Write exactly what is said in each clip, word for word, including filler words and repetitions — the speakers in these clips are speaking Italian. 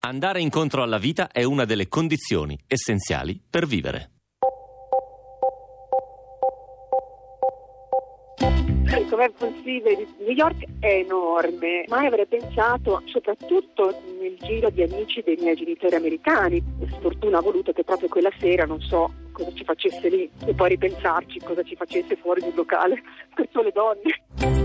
Andare incontro alla vita è una delle condizioni essenziali per vivere. Com'è possibile? New York è enorme, mai avrei pensato, soprattutto nel giro di amici dei miei genitori americani. Sfortuna ha voluto che proprio quella sera non so cosa ci facesse lì e poi ripensarci cosa ci facesse fuori di locale per sole donne.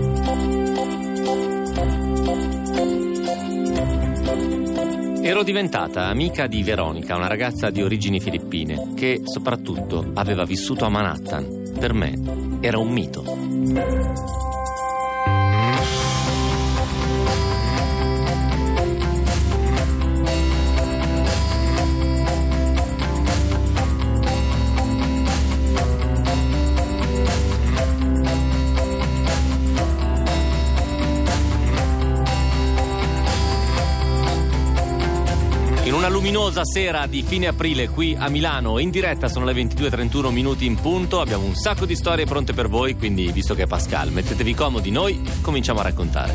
Ero diventata amica di Veronica, una ragazza di origini filippine, che soprattutto aveva vissuto a Manhattan. Per me era un mito. In una luminosa sera di fine aprile qui a Milano, in diretta, sono le ventidue e trentuno minuti in punto, abbiamo un sacco di storie pronte per voi, quindi visto che è Pascal, mettetevi comodi, noi cominciamo a raccontare.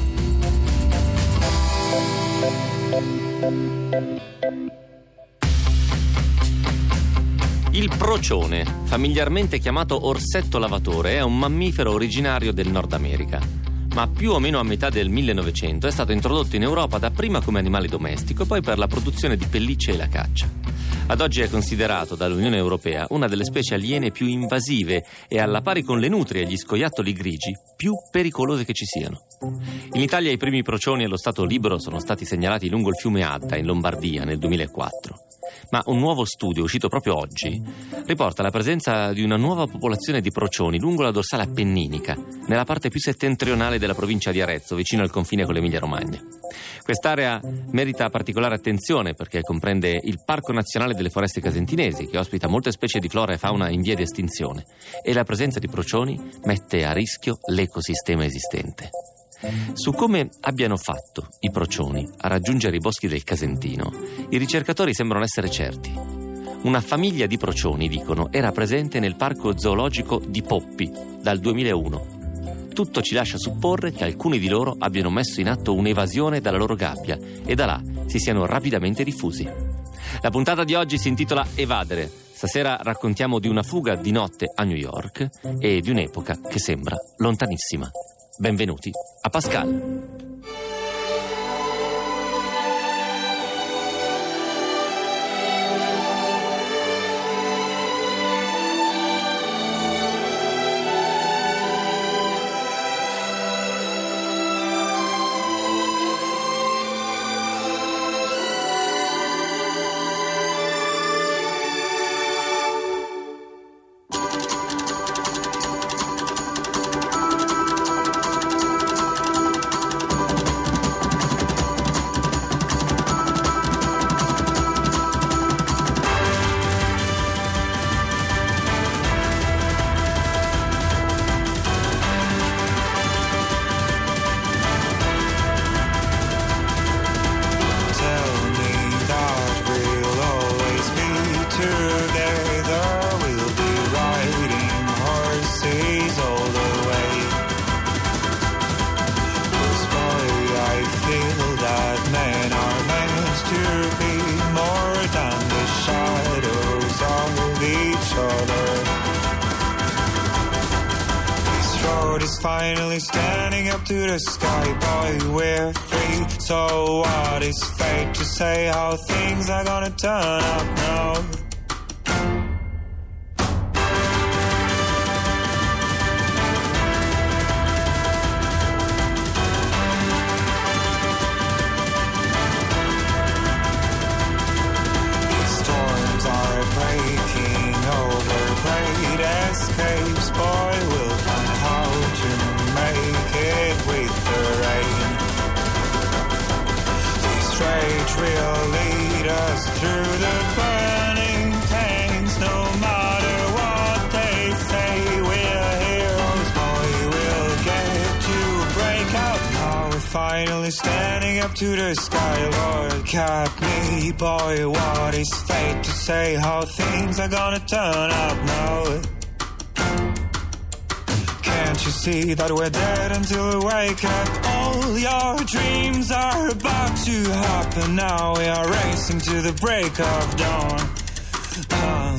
Il procione, familiarmente chiamato orsetto lavatore, è un mammifero originario del Nord America. Ma più o meno a metà del millenovecento è stato introdotto in Europa dapprima come animale domestico e poi per la produzione di pellicce e la caccia. Ad oggi è considerato dall'Unione Europea una delle specie aliene più invasive e, alla pari con le nutrie e gli scoiattoli grigi, più pericolose che ci siano. In Italia i primi procioni allo stato libero sono stati segnalati lungo il fiume Adda in Lombardia nel duemilaquattro. Ma un nuovo studio uscito proprio oggi riporta la presenza di una nuova popolazione di procioni lungo la dorsale appenninica, nella parte più settentrionale della provincia di Arezzo, vicino al confine con l'Emilia-Romagna. Quest'area merita particolare attenzione perché comprende il Parco Nazionale delle Foreste Casentinesi, che ospita molte specie di flora e fauna in via di estinzione, e la presenza di procioni mette a rischio l'ecosistema esistente. Su come abbiano fatto i procioni a raggiungere i boschi del Casentino, i ricercatori sembrano essere certi. Una famiglia di procioni, dicono, era presente nel parco zoologico di Poppi dal duemilauno. Tutto ci lascia supporre che alcuni di loro abbiano messo in atto un'evasione dalla loro gabbia e da là si siano rapidamente diffusi. La puntata di oggi si intitola Evadere. Stasera raccontiamo di una fuga di notte a New York e di un'epoca che sembra lontanissima. Benvenuti a Pascal. Is finally standing up to the sky, boy, we're free. So what is fate to say how things are gonna turn up now? These storms are breaking over great escapes, boy, we'll find how to make it with the rain. These straight will lead us through the burning tanks. No matter what they say, we're heroes, boy, we'll get to break out now. We're finally standing up to the sky, Lord, cut me, boy, what is fate to say how things are gonna turn up now? Can't you see that we're dead until we wake up? All your dreams are about to happen now. We are racing to the break of dawn. Uh.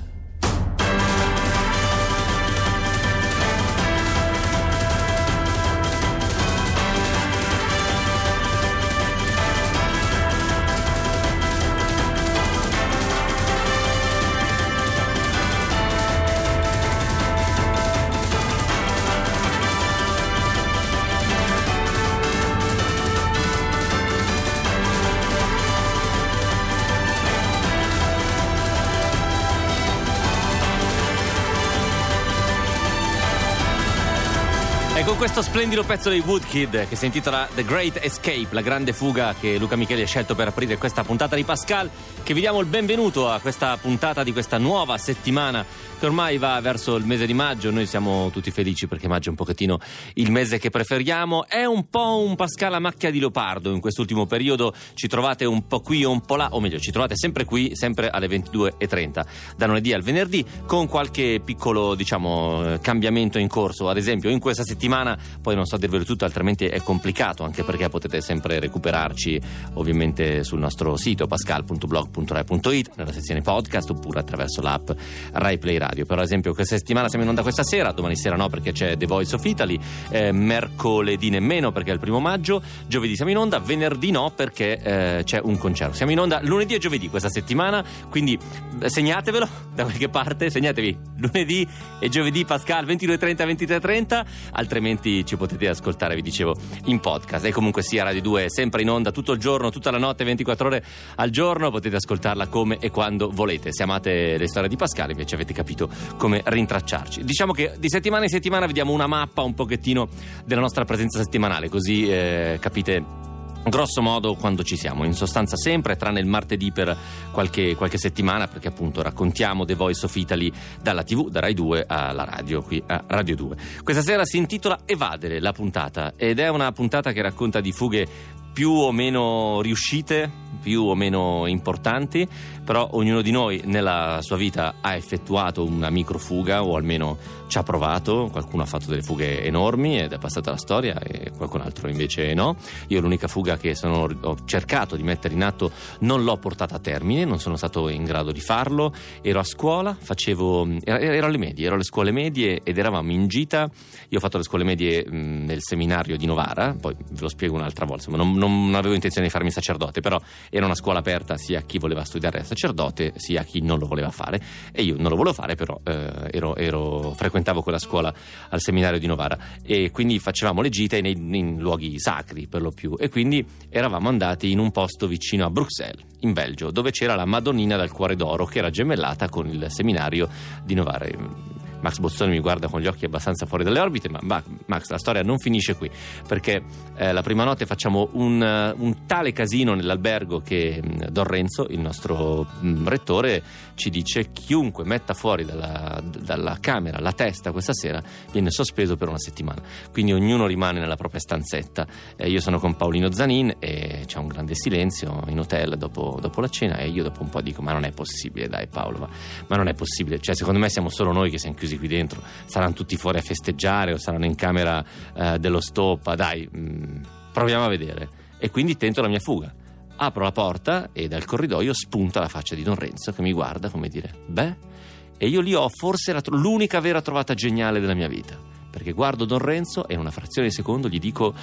E con questo splendido pezzo dei Woodkid che si intitola The Great Escape, la grande fuga che Luca Micheli ha scelto per aprire questa puntata di Pascal, che vi diamo il benvenuto a questa puntata di questa nuova settimana che ormai va verso il mese di maggio. Noi siamo tutti felici perché maggio è un pochettino il mese che preferiamo. È un po' un Pascal a macchia di leopardo in quest'ultimo periodo, ci trovate un po' qui o un po' là, o meglio ci trovate sempre qui, sempre alle ventidue e trenta da lunedì al venerdì, con qualche piccolo diciamo cambiamento in corso. Ad esempio in questa settimana, poi non so dirvelo tutto altrimenti è complicato, anche perché potete sempre recuperarci ovviamente sul nostro sito pascal punto blog punto rai punto it nella sezione podcast oppure attraverso l'app Rai Play Radio. Per esempio questa settimana siamo in onda questa sera, domani sera no perché c'è The Voice of Italy, eh, mercoledì nemmeno perché è il primo maggio, giovedì siamo in onda, venerdì no perché eh, c'è un concerto. Siamo in onda lunedì e giovedì questa settimana, quindi segnatevelo da qualche parte, segnatevi lunedì e giovedì Pascal ventidue e trenta ventitré e trenta, altrimenti ci potete ascoltare, vi dicevo, in podcast. E comunque sia Radio due sempre in onda tutto il giorno, tutta la notte, ventiquattro ore al giorno, potete ascoltarla come e quando volete. Se amate le storie di Pascal invece avete capito come rintracciarci. Diciamo che di settimana in settimana vediamo una mappa un pochettino della nostra presenza settimanale, così eh, capite grosso modo quando ci siamo. In sostanza sempre, tranne il martedì per qualche, qualche settimana, perché appunto raccontiamo The Voice of Italy dalla tivù, da Rai due alla radio, qui a Radio due. Questa sera si intitola Evadere la puntata, ed è una puntata che racconta di fughe più o meno riuscite, più o meno importanti, però ognuno di noi nella sua vita ha effettuato una microfuga o almeno ci ha provato. Qualcuno ha fatto delle fughe enormi ed è passata la storia e qualcun altro invece no. Io l'unica fuga che sono, ho cercato di mettere in atto non l'ho portata a termine, non sono stato in grado di farlo. Ero a scuola, facevo ero, ero alle medie, ero alle scuole medie ed eravamo in gita. Io ho fatto le scuole medie mh, nel seminario di Novara, poi ve lo spiego un'altra volta, ma non, non avevo intenzione di farmi sacerdote, però era una scuola aperta sia a chi voleva studiare sacerdote sia a chi non lo voleva fare, e io non lo volevo fare, però eh, ero, ero frequentavo quella scuola al seminario di Novara e quindi facevamo le gite nei, in luoghi sacri per lo più, e quindi eravamo andati in un posto vicino a Bruxelles in Belgio, dove c'era la Madonnina dal Cuore d'Oro che era gemellata con il seminario di Novara. Max Bozzoni mi guarda con gli occhi abbastanza fuori dalle orbite, ma Max, la storia non finisce qui, perché eh, la prima notte facciamo un, un tale casino nell'albergo che mh, Don Renzo, il nostro mh, rettore, ci dice: chiunque metta fuori dalla, dalla camera la testa questa sera viene sospeso per una settimana. Quindi ognuno rimane nella propria stanzetta. Eh, io sono con Paolino Zanin e c'è un grande silenzio in hotel dopo, dopo la cena, e io dopo un po' dico: ma non è possibile, dai Paolo, ma, ma non è possibile, cioè secondo me siamo solo noi che siamo chiusi qui dentro, saranno tutti fuori a festeggiare o saranno in camera eh, dello stoppa, dai, mh, proviamo a vedere. E quindi tento la mia fuga, apro la porta e dal corridoio spunta la faccia di Don Renzo che mi guarda come dire: beh, e io lì ho forse la, l'unica vera trovata geniale della mia vita, perché guardo Don Renzo e in una frazione di secondo gli dico: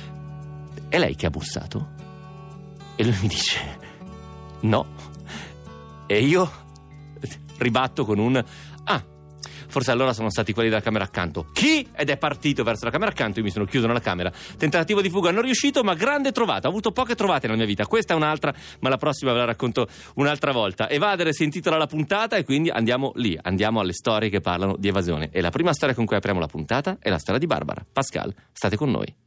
è lei che ha bussato? E lui mi dice: no. E io ribatto con un: ah, forse allora sono stati quelli della camera accanto. Chi? Ed è partito verso la camera accanto. Io mi sono chiuso nella camera. Tentativo di fuga non riuscito, ma grande trovata. Ho avuto poche trovate nella mia vita. Questa è un'altra, ma la prossima ve la racconto un'altra volta. Evadere si intitola la puntata, e quindi andiamo lì. Andiamo alle storie che parlano di evasione. E la prima storia con cui apriamo la puntata è la storia di Barbara. Pascal, state con noi.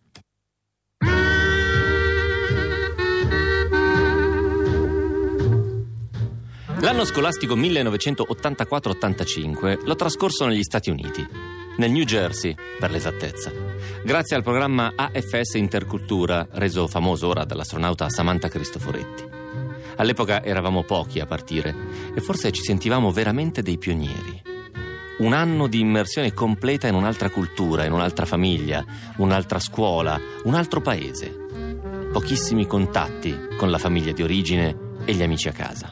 L'anno scolastico millenovecentottantaquattro ottantacinque l'ho trascorso negli Stati Uniti, nel New Jersey per l'esattezza, grazie al programma A F S Intercultura, reso famoso ora dall'astronauta Samantha Cristoforetti. All'epoca eravamo pochi a partire e forse ci sentivamo veramente dei pionieri. un anno di immersione completa in un'altra cultura, in un'altra famiglia, un'altra scuola, un altro paese. Pochissimi contatti con la famiglia di origine e gli amici a casa.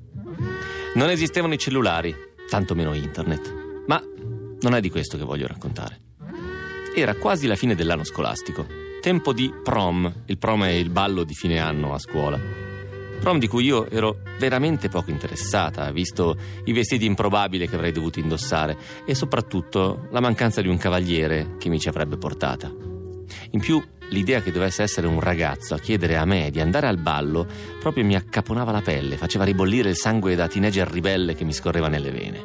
Non esistevano i cellulari, tanto meno internet, ma non è di questo che voglio raccontare. Era quasi la fine dell'anno scolastico, tempo di prom. Il prom è il ballo di fine anno a scuola. Prom di cui io ero veramente poco interessata, visto i vestiti improbabili che avrei dovuto indossare e soprattutto la mancanza di un cavaliere che mi ci avrebbe portata. In più, l'idea che dovesse essere un ragazzo a chiedere a me di andare al ballo proprio mi accaponava la pelle, faceva ribollire il sangue da teenager ribelle che mi scorreva nelle vene.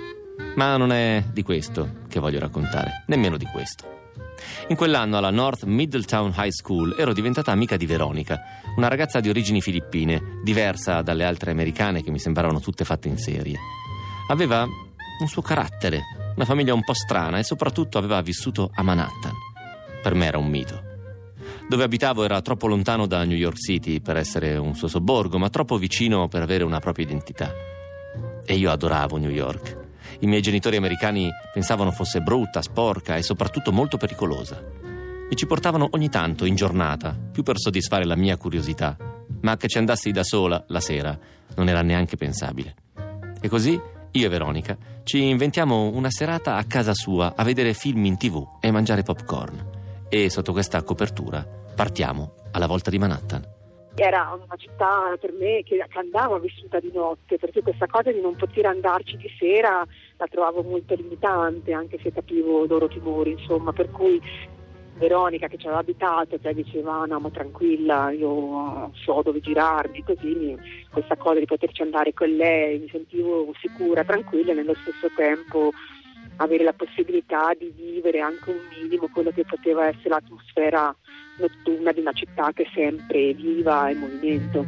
Ma non è di questo che voglio raccontare, nemmeno di questo. In quell'anno alla North Middletown High School ero diventata amica di Veronica, una ragazza di origini filippine, diversa dalle altre americane che mi sembravano tutte fatte in serie. Aveva un suo carattere, una famiglia un po' strana e soprattutto aveva vissuto a Manhattan. Per me era un mito. Dove abitavo era troppo lontano da New York City per essere un suo sobborgo, ma troppo vicino per avere una propria identità. E io adoravo New York. I miei genitori americani pensavano fosse brutta, sporca e soprattutto molto pericolosa. Mi ci portavano ogni tanto in giornata, più per soddisfare la mia curiosità, ma che ci andassi da sola la sera non era neanche pensabile. E così io e Veronica ci inventiamo una serata a casa sua a vedere film in tv e mangiare popcorn. E sotto questa copertura partiamo alla volta di Manhattan. Era una città per me che andava vissuta di notte, perché questa cosa di non poter andarci di sera la trovavo molto limitante, anche se capivo i loro timori, insomma, per cui Veronica che ci aveva abitato, che diceva no ma tranquilla, io so dove girarmi, così questa cosa di poterci andare con lei mi sentivo sicura, tranquilla e nello stesso tempo avere la possibilità di vivere anche un minimo quello che poteva essere l'atmosfera notturna di una città che è sempre viva e in movimento.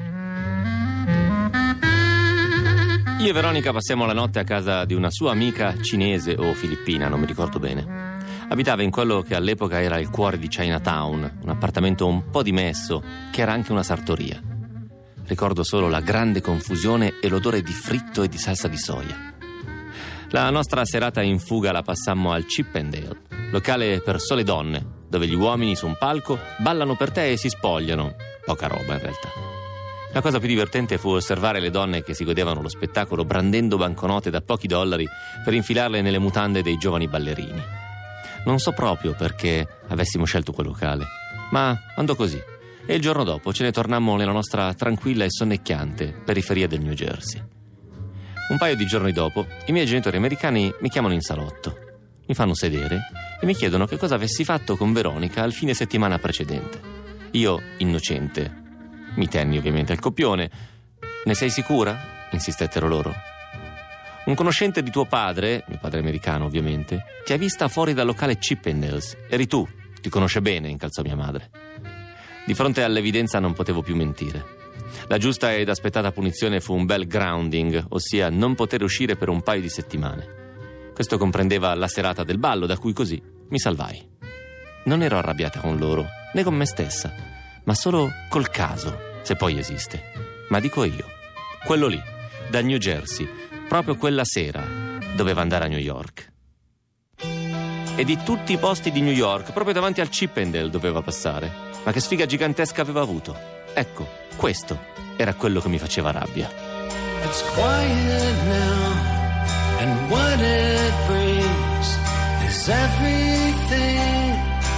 Io e Veronica passiamo la notte a casa di una sua amica cinese o filippina, non mi ricordo bene. Abitava in quello che all'epoca era il cuore di Chinatown, un appartamento un po' dimesso, che era anche una sartoria. Ricordo solo la grande confusione e l'odore di fritto e di salsa di soia. La nostra serata in fuga la passammo al Chippendale, locale per sole donne, dove gli uomini su un palco ballano per te e si spogliano. Poca roba in realtà. La cosa più divertente fu osservare le donne che si godevano lo spettacolo brandendo banconote da pochi dollari per infilarle nelle mutande dei giovani ballerini. Non so proprio perché avessimo scelto quel locale, ma andò così. E il giorno dopo ce ne tornammo nella nostra tranquilla e sonnecchiante periferia del New Jersey. Un paio di giorni dopo, i miei genitori americani mi chiamano in salotto, mi fanno sedere e mi chiedono che cosa avessi fatto con Veronica al fine settimana precedente. Io, innocente, mi tenni ovviamente al copione. Ne sei sicura? Insistettero loro. Un conoscente di tuo padre, mio padre americano ovviamente, ti ha vista fuori dal locale Chippendales. Eri tu, ti conosce bene, incalzò mia madre. Di fronte all'evidenza non potevo più mentire. La giusta ed aspettata punizione fu un bel grounding, ossia non poter uscire per un paio di settimane. Questo comprendeva la serata del ballo, da cui così mi salvai. Non ero arrabbiata con loro, né con me stessa, ma solo col caso, se poi esiste. Ma dico io, quello lì, dal New Jersey, proprio quella sera, doveva andare a New York. E di tutti i posti di New York, proprio davanti al Chippendale doveva passare. Ma che sfiga gigantesca aveva avuto. Ecco, questo era quello che mi faceva rabbia. It's quiet now, and what it brings is everything.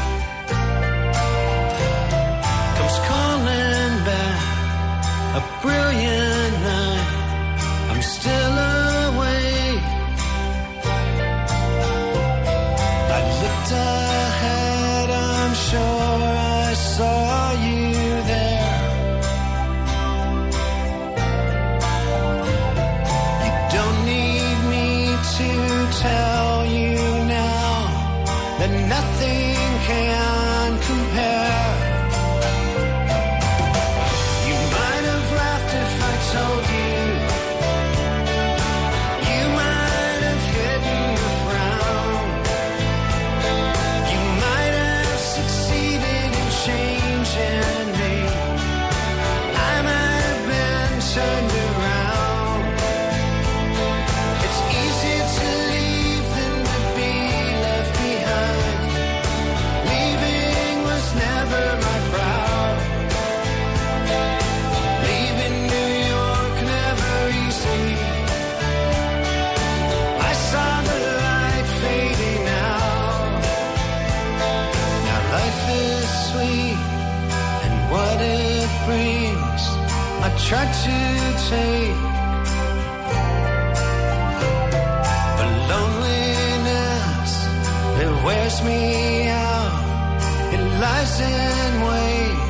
Comes calling back a brilliant night. I'm still awake. I looked ahead, I'm sure I saw you there. Tell you now that nothing can compare. You might have laughed if I tried to take, but loneliness, it wears me out. It lies in wait,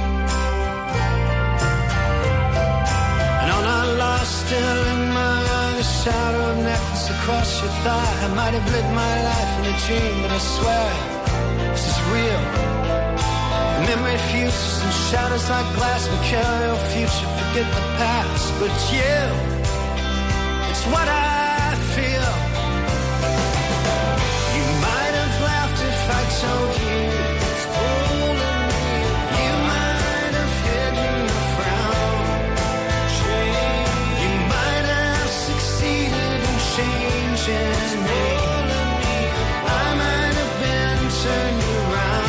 and on our lost still in my the shadow of necklace across your thigh. I might have lived my life in a dream, but I swear this is real. Memory fuses and shadows like glass, mercurial future, forget the past. But you, it's what I feel. You might have laughed if I told you it's pulling me. You might have hidden a frown. You might have succeeded in changing me. I might have been turned around.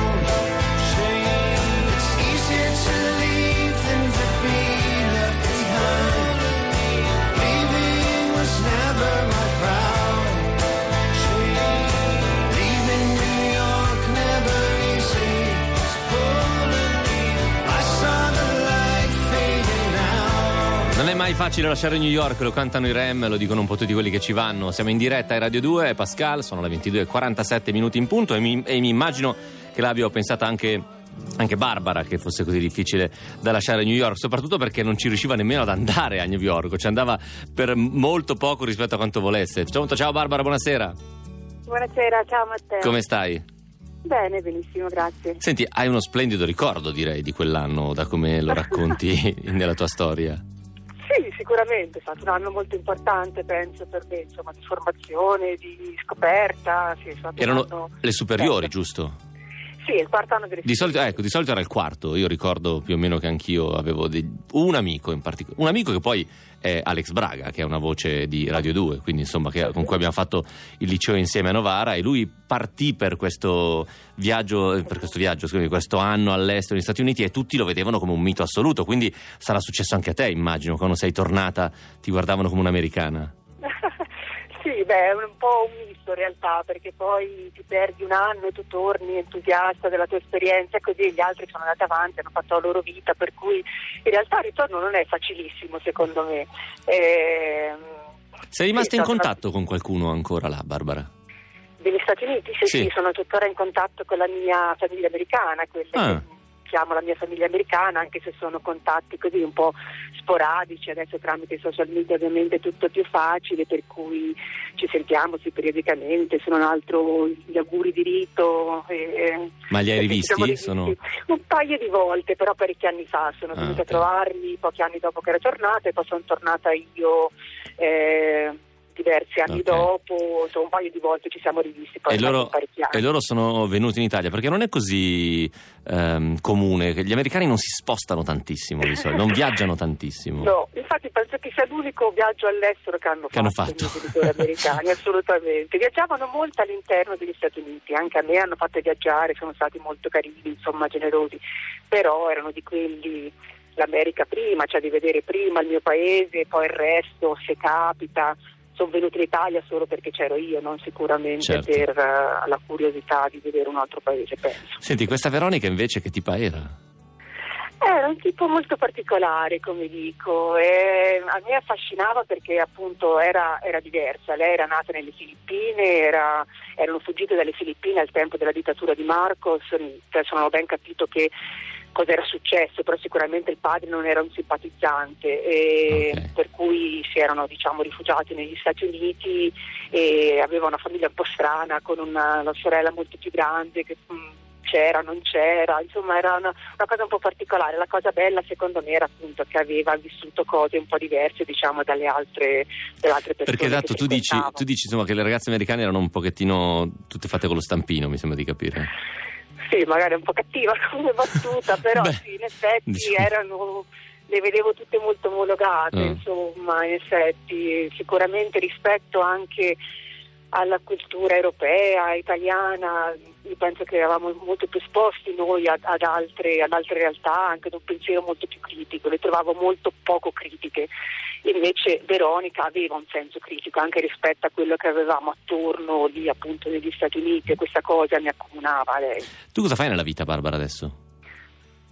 Non è mai facile lasciare New York, lo cantano i Rem, lo dicono un po' tutti quelli che ci vanno. Siamo in diretta ai Radio due, Pascal, sono le ventidue e quarantasette minuti in punto e mi, e mi immagino che l'abbia pensata anche, anche Barbara, che fosse così difficile da lasciare New York, soprattutto perché non ci riusciva nemmeno ad andare a New York, ci andava per molto poco rispetto a quanto volesse. Ciao, ciao Barbara, buonasera. Buonasera, ciao Matteo. Come stai? Bene, benissimo, grazie. Senti, hai uno splendido ricordo, direi, di quell'anno, da come lo racconti nella tua storia. Sì, sicuramente, è stato un anno molto importante, penso, per me, insomma, di formazione, di scoperta. Sì, è stato Erano un anno le superiori, bello. Giusto? Sì, il quarto anno delle Di solito, ecco, di solito era il quarto. Io ricordo più o meno che anch'io avevo dei, un amico in particolare, un amico che poi è Alex Braga, che è una voce di Radio due, quindi insomma che, con cui abbiamo fatto il liceo insieme a Novara, e lui partì per questo viaggio, per questo viaggio, scusami, questo anno all'estero negli Stati Uniti, e tutti lo vedevano come un mito assoluto. Quindi sarà successo anche a te, immagino, quando sei tornata ti guardavano come un'americana. Sì, beh, è un po' un misto in realtà, perché poi ti perdi un anno e tu torni entusiasta della tua esperienza e così gli altri sono andati avanti, hanno fatto la loro vita, per cui in realtà il ritorno non è facilissimo secondo me. E... Sei rimasta sì, in sono... contatto con qualcuno ancora là, Barbara? Degli Stati Uniti? Sì, sì, sì, sono tuttora in contatto con la mia famiglia americana, quella ah. che chiamo la mia famiglia americana, anche se sono contatti così un po' sporadici. Adesso tramite i social media ovviamente è tutto più facile, per cui ci sentiamo sì, periodicamente, se non altro gli auguri di rito. E, Ma li hai rivisti? rivisti? Sono... Un paio di volte, però parecchi anni fa sono ah, venuta okay. a trovarli pochi anni dopo che era tornata, e poi sono tornata io eh, diversi anni okay. dopo, insomma, un paio di volte ci siamo rivisti poi e loro, parecchi anni. E loro sono venuti in Italia, perché non è così ehm, comune, che gli americani non si spostano tantissimo di solito, non viaggiano tantissimo. No, infatti penso che sia l'unico viaggio all'estero che hanno che hanno fatto, fatto. i genitori americani, assolutamente. Viaggiavano molto all'interno degli Stati Uniti, anche a me hanno fatto viaggiare, sono stati molto carini, insomma generosi, però erano di quelli, l'America prima, cioè di vedere prima il mio paese, poi il resto, se capita. Sono venuta in Italia solo perché c'ero io, non sicuramente certo. per uh, la curiosità di vedere un altro paese, penso. Senti, questa Veronica invece che tipa era? Era un tipo molto particolare, come dico, e a me affascinava perché appunto era, era diversa. Lei era nata nelle Filippine, era, erano fuggite dalle Filippine al tempo della dittatura di Marcos, adesso non ho ben capito che cosa era successo, però sicuramente il padre non era un simpatizzante, e okay. per cui si erano, diciamo, rifugiati negli Stati Uniti, e aveva una famiglia un po' strana, con una, una sorella molto più grande che mh, c'era, non c'era, insomma era una, una cosa un po' particolare. La cosa bella secondo me era appunto che aveva vissuto cose un po' diverse, diciamo, dalle altre, dalle altre persone. Perché esatto, tu dici, tu dici insomma che le ragazze americane erano un pochettino tutte fatte con lo stampino, mi sembra di capire. Sì, magari è un po' cattiva come battuta, però Beh, sì, in effetti diciamo... erano, le vedevo tutte molto omologate, uh. insomma, in effetti sicuramente rispetto anche alla cultura europea, italiana, io penso che eravamo molto più esposti noi ad, ad, altre, ad altre realtà, anche da un pensiero molto più critico, le trovavo molto poco critiche. Invece Veronica aveva un senso critico anche rispetto a quello che avevamo attorno lì appunto negli Stati Uniti, e questa cosa mi accomunava a lei. Tu cosa fai nella vita, Barbara, adesso?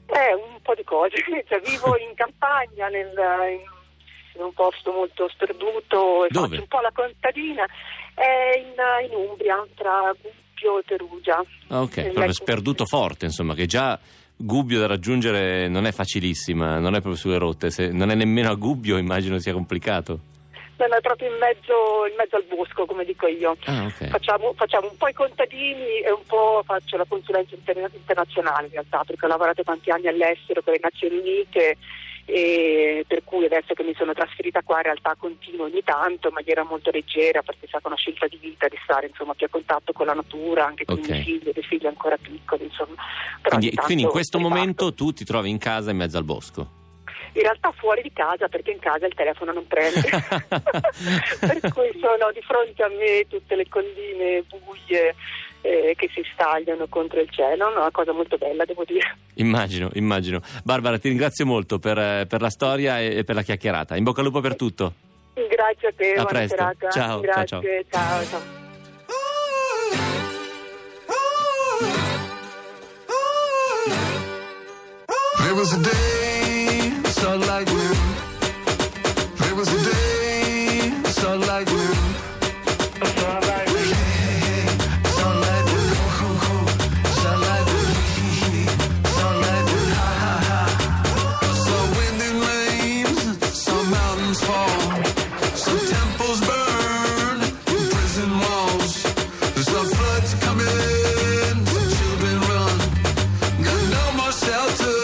Eh, un po' di cose, cioè, vivo in campagna, nel, in, in un posto molto sperduto, e Dove? faccio un po' la contadina, è in, in Umbria, tra Gubbio e Perugia. Ah, ok, Nel- proprio sperduto forte, insomma, che già Gubbio da raggiungere non è facilissima, non è proprio sulle rotte, se non è nemmeno a Gubbio immagino sia complicato. No, no, è proprio in mezzo, in mezzo al bosco, come dico io. Ah, ok. Facciamo, facciamo un po' i contadini e un po' faccio la consulenza interna- internazionale in realtà, perché ho lavorato tanti anni all'estero con le Nazioni Unite, e per cui adesso che mi sono trasferita qua in realtà continuo ogni tanto, ma maniera molto leggera, perché è stata una scelta di vita di stare insomma più a contatto con la natura, anche con Ok. i miei figli, dei figli ancora piccoli, insomma. Però Quindi, ogni tanto quindi in questo riparto. momento tu ti trovi in casa in mezzo al bosco. In realtà fuori di casa, perché in casa il telefono non prende. Per cui sono di fronte a me tutte le colline buie eh, che si stagliano contro il cielo, una cosa molto bella, devo dire. Immagino, immagino. Barbara, ti ringrazio molto per, eh, per la storia e, e per la chiacchierata. In bocca al lupo per tutto. Grazie a te, A buona presto. serata. Ciao, Grazie, ciao, ciao, ciao. There was a day, sunlight blue. There was a day, sunlight blue. Sunlight blue. Sunlight blue. Sunlight blue. Sunlight blue. Ha ha ha. Some wind and rains, some mountains fall, some temples burn, prison walls. Some floods coming in, some children run. Got no more shelter.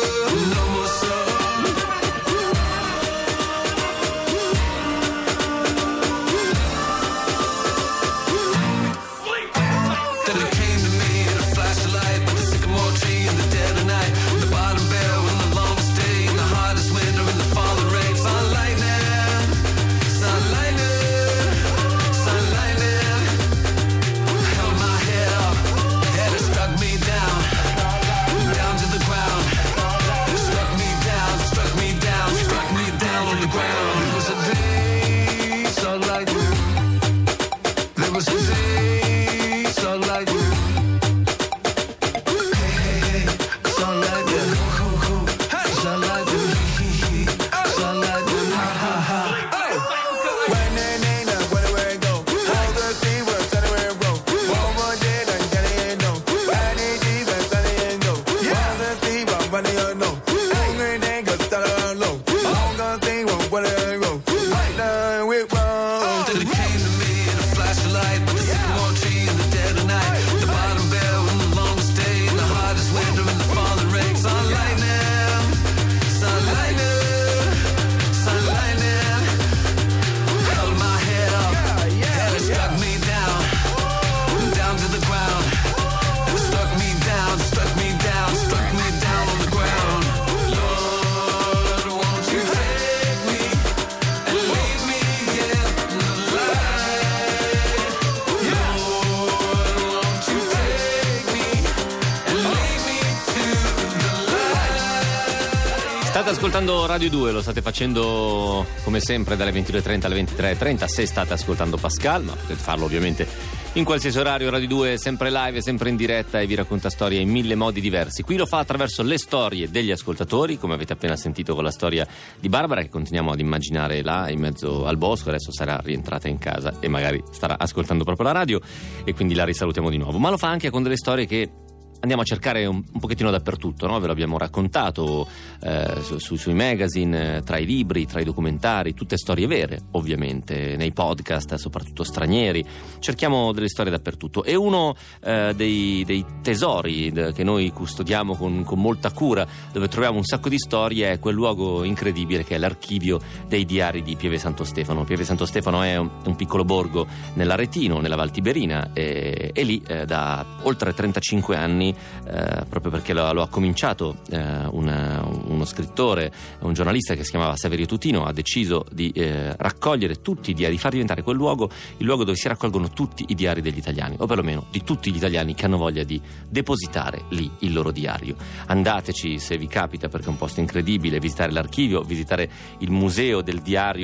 State ascoltando Radio due, lo state facendo come sempre dalle ventidue e trenta alle ventitré e trenta se state ascoltando Pascal, ma potete farlo ovviamente in qualsiasi orario. Radio due è sempre live, è sempre in diretta e vi racconta storie in mille modi diversi. Qui lo fa attraverso le storie degli ascoltatori, come avete appena sentito con la storia di Barbara, che continuiamo ad immaginare là in mezzo al bosco. Adesso sarà rientrata in casa e magari starà ascoltando proprio la radio e quindi la risalutiamo di nuovo. Ma lo fa anche con delle storie che andiamo a cercare un, un pochettino dappertutto, no? Ve lo abbiamo raccontato eh, su, su, sui magazine, tra i libri, tra i documentari, tutte storie vere, ovviamente, nei podcast, soprattutto stranieri. Cerchiamo delle storie dappertutto. E uno eh, dei, dei tesori che noi custodiamo con, con molta cura, dove troviamo un sacco di storie, è quel luogo incredibile che è l'archivio dei diari di Pieve Santo Stefano. Pieve Santo Stefano è un, un piccolo borgo nell'Aretino, nella Val Tiberina, e, e lì eh, da oltre trentacinque anni, Eh, proprio perché lo, lo ha cominciato eh, una, uno scrittore, un giornalista che si chiamava Saverio Tutino, ha deciso di eh, raccogliere tutti i diari, di far diventare quel luogo il luogo dove si raccolgono tutti i diari degli italiani, o perlomeno di tutti gli italiani che hanno voglia di depositare lì il loro diario. Andateci se vi capita, perché è un posto incredibile, visitare l'archivio, visitare il museo del diario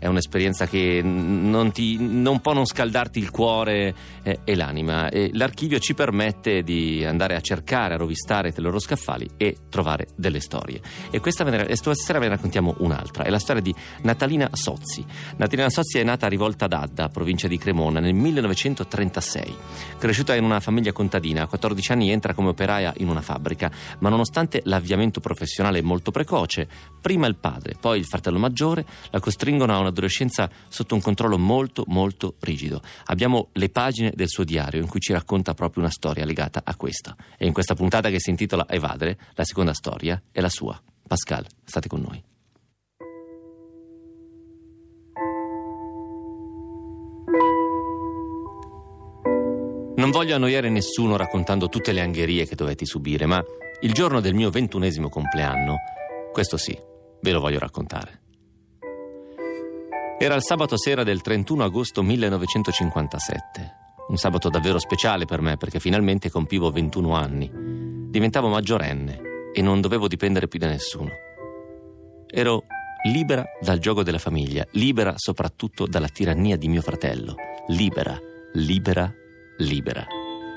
è un'esperienza che non, ti, non può non scaldarti il cuore eh, e l'anima. E l'archivio ci permette di andare a cercare, a rovistare tra i loro scaffali e trovare delle storie. E questa stasera ve ne raccontiamo un'altra, è la storia di Natalina Sozzi. Natalina Sozzi è nata a Rivolta d'Adda, provincia di Cremona, nel millenovecentotrentasei. Cresciuta in una famiglia contadina, a quattordici anni entra come operaia in una fabbrica, ma nonostante l'avviamento professionale molto precoce, prima il padre, poi il fratello maggiore la costringono a un'adolescenza sotto un controllo molto molto rigido. Abbiamo le pagine del suo diario in cui ci racconta proprio una storia legata a questa. E in questa puntata che si intitola Evadere, la seconda storia è la sua. Pascal, state con noi. Non voglio annoiare nessuno raccontando tutte le angherie che dovetti subire, ma il giorno del mio ventunesimo compleanno, questo sì, ve lo voglio raccontare. Era il sabato sera del trentuno agosto millenovecentocinquantasette, un sabato davvero speciale per me perché finalmente compivo ventuno anni, diventavo maggiorenne e non dovevo dipendere più da nessuno. Ero libera dal gioco della famiglia, libera soprattutto dalla tirannia di mio fratello, libera, libera, libera.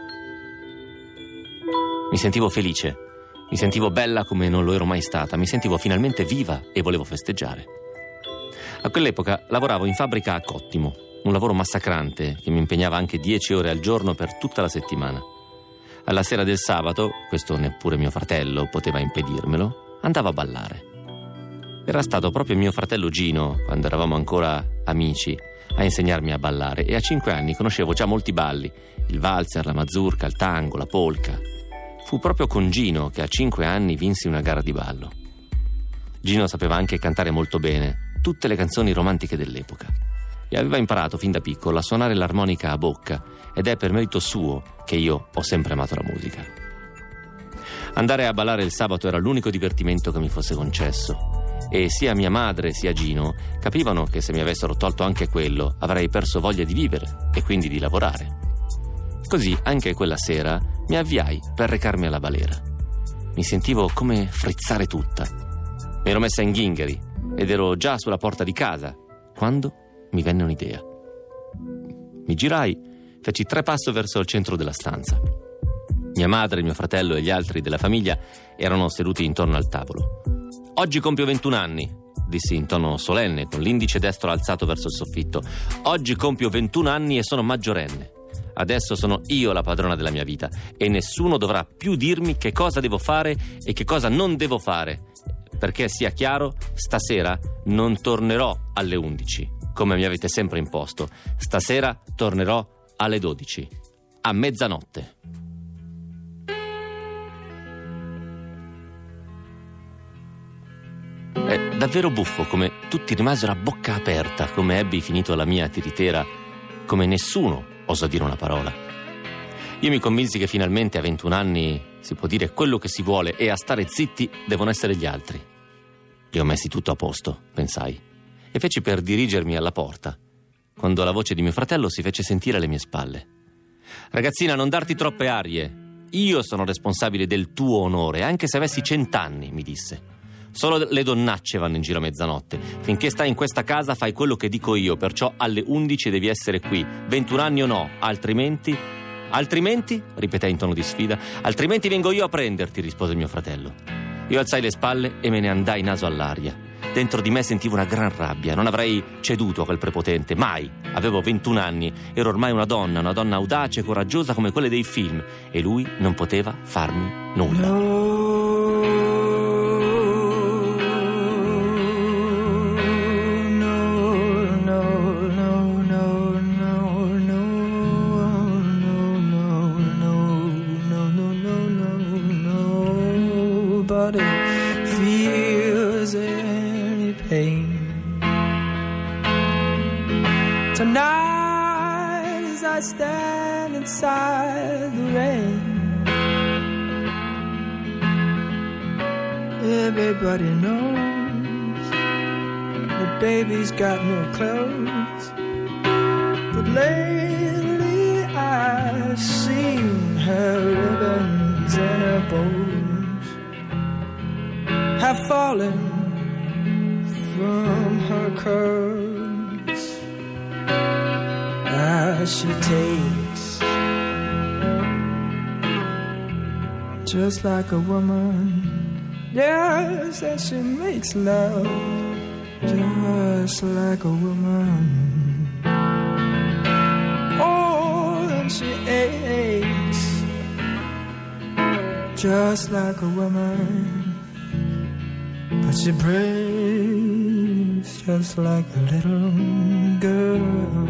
Mi sentivo felice, mi sentivo bella come non lo ero mai stata, mi sentivo finalmente viva e volevo festeggiare. A quell'epoca lavoravo in fabbrica a Cottimo, un lavoro massacrante che mi impegnava anche dieci ore al giorno per tutta la settimana. Alla sera del sabato, questo neppure mio fratello poteva impedirmelo, andavo a ballare. Era stato proprio mio fratello Gino, quando eravamo ancora amici, a insegnarmi a ballare, e a cinque anni conoscevo già molti balli, il valzer, la mazurka, il tango, la polka. Fu proprio con Gino che a cinque anni vinsi una gara di ballo. Gino sapeva anche cantare molto bene tutte le canzoni romantiche dell'epoca e aveva imparato fin da piccolo a suonare l'armonica a bocca, ed è per merito suo che io ho sempre amato la musica. Andare a ballare il sabato era l'unico divertimento che mi fosse concesso, e sia mia madre sia Gino capivano che se mi avessero tolto anche quello avrei perso voglia di vivere e quindi di lavorare. Così anche quella sera mi avviai per recarmi alla balera. Mi sentivo come frizzare tutta. Mi ero messa in ghingheri ed ero già sulla porta di casa quando mi venne un'idea. Mi girai, feci tre passi verso il centro della stanza. Mia madre, mio fratello e gli altri della famiglia erano seduti intorno al tavolo. «Oggi compio ventuno anni», dissi in tono solenne, con l'indice destro alzato verso il soffitto. «Oggi compio ventuno anni e sono maggiorenne. Adesso sono io la padrona della mia vita e nessuno dovrà più dirmi che cosa devo fare e che cosa non devo fare. Perché sia chiaro, stasera non tornerò alle undici, come mi avete sempre imposto. Stasera tornerò alle dodici, a mezzanotte». È davvero buffo come tutti rimasero a bocca aperta come ebbi finito la mia tiritera, come nessuno osò dire una parola. Io mi convinsi che finalmente a ventuno anni si può dire quello che si vuole e a stare zitti devono essere gli altri. Li ho messi tutto a posto, pensai, e feci per dirigermi alla porta, quando la voce di mio fratello si fece sentire alle mie spalle. «Ragazzina, non darti troppe arie. Io sono responsabile del tuo onore, anche se avessi cent'anni», mi disse. «Solo le donnacce vanno in giro a mezzanotte. Finché stai in questa casa fai quello che dico io, perciò alle undici devi essere qui. ventuno anni o no, altrimenti...» «Altrimenti?» ripeté in tono di sfida. «Altrimenti vengo io a prenderti», rispose mio fratello. Io alzai le spalle e me ne andai naso all'aria. Dentro di me sentivo una gran rabbia. Non avrei ceduto a quel prepotente, mai. Avevo ventuno anni, ero ormai una donna, una donna audace e coraggiosa come quelle dei film, e lui non poteva farmi nulla. No. Feels any pain tonight as I stand inside the rain. Everybody knows that baby's got no clothes, but lately I've seen her ribbons and her bows have fallen from her curls. she takes, just like a woman. Yes, and she makes love, just like a woman. Oh, and she aches, just like a woman. But she breaks just like a little girl.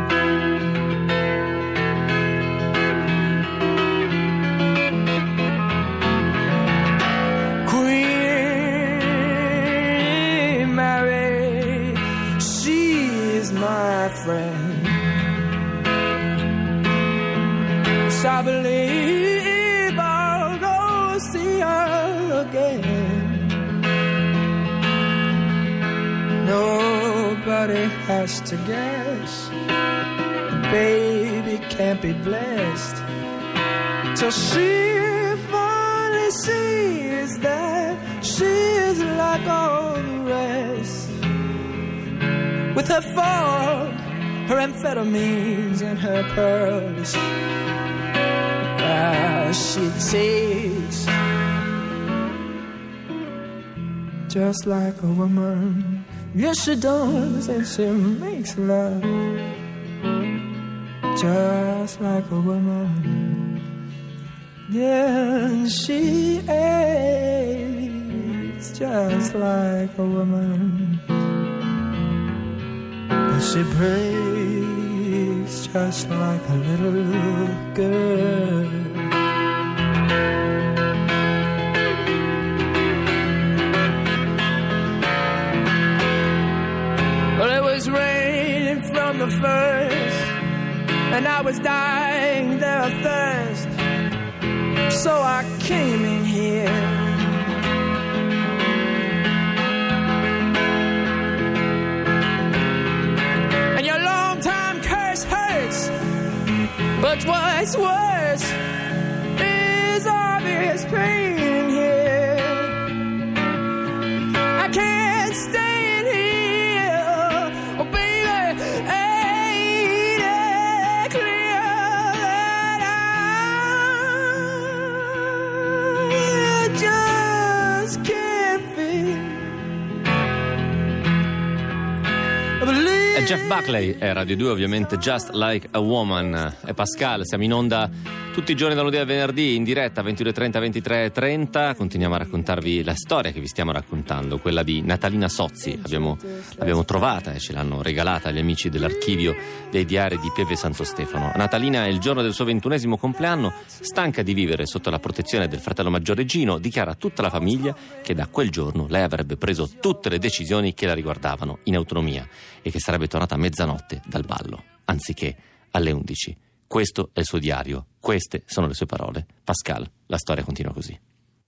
Queen Mary, she's my friend. So I believe I'll go see her again. Nobody has to guess, the baby can't be blessed till she finally sees that she's like all the rest. With her fog, her amphetamines and her pearls, ah, she takes just like a woman. Yes, she does, and she makes love just like a woman. Yeah, she aches just like a woman. But she breaks just like a little girl. The first, and I was dying there of thirst, so I came in here. And your long time curse hurts, but what's worse is obvious pain here. I can't stay in here, oh baby. Jeff Buckley è Radio due, ovviamente Just Like a Woman. È Pascal, siamo in onda tutti i giorni da lunedì al venerdì in diretta ventuno e trenta ventitré e trenta. Continuiamo a raccontarvi la storia che vi stiamo raccontando, quella di Natalina Sozzi. Abbiamo, l'abbiamo trovata e ce l'hanno regalata gli amici dell'archivio dei diari di Pieve Santo Stefano. Natalina è il giorno del suo ventunesimo compleanno, stanca di vivere sotto la protezione del fratello maggiore Gino, dichiara a tutta la famiglia che da quel giorno lei avrebbe preso tutte le decisioni che la riguardavano in autonomia e che sarebbe tornata a mezzanotte dal ballo, anziché alle undici. Questo è il suo diario, queste sono le sue parole. Pascal, la storia continua così.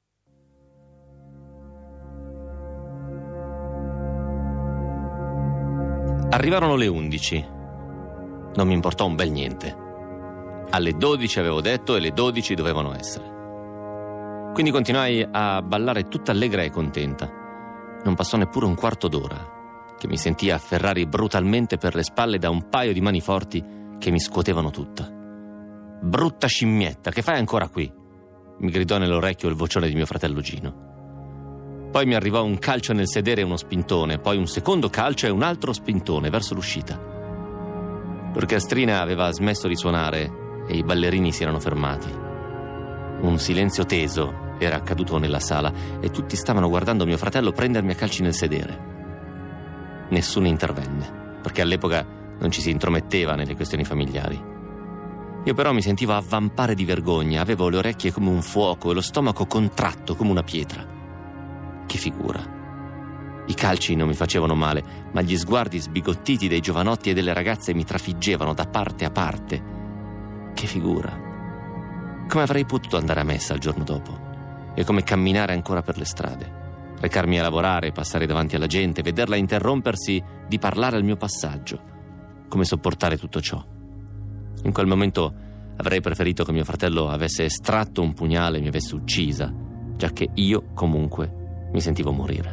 Arrivarono le undici. Non mi importò un bel niente. Alle dodici avevo detto e le dodici dovevano essere. Quindi continuai a ballare tutta allegra e contenta. Non passò neppure un quarto d'ora che mi sentii afferrare brutalmente per le spalle da un paio di mani forti che mi scuotevano tutta. «Brutta scimmietta, che fai ancora qui?» mi gridò nell'orecchio il vocione di mio fratello Gino. Poi mi arrivò un calcio nel sedere e uno spintone, poi un secondo calcio e un altro spintone verso l'uscita. L'orchestrina aveva smesso di suonare e i ballerini si erano fermati. Un silenzio teso era accaduto nella sala e tutti stavano guardando mio fratello prendermi a calci nel sedere. Nessuno intervenne, perché all'epoca non ci si intrometteva nelle questioni familiari. Io però mi sentivo avvampare di vergogna, avevo le orecchie come un fuoco e lo stomaco contratto come una pietra. Che figura! I calci non mi facevano male, ma gli sguardi sbigottiti dei giovanotti e delle ragazze mi trafiggevano da parte a parte. Che figura! Come avrei potuto andare a messa il giorno dopo? E come camminare ancora per le strade? Recarmi a lavorare, passare davanti alla gente, vederla interrompersi di parlare al mio passaggio. Come sopportare tutto ciò? In quel momento avrei preferito che mio fratello avesse estratto un pugnale e mi avesse uccisa, giacché io, comunque, mi sentivo morire.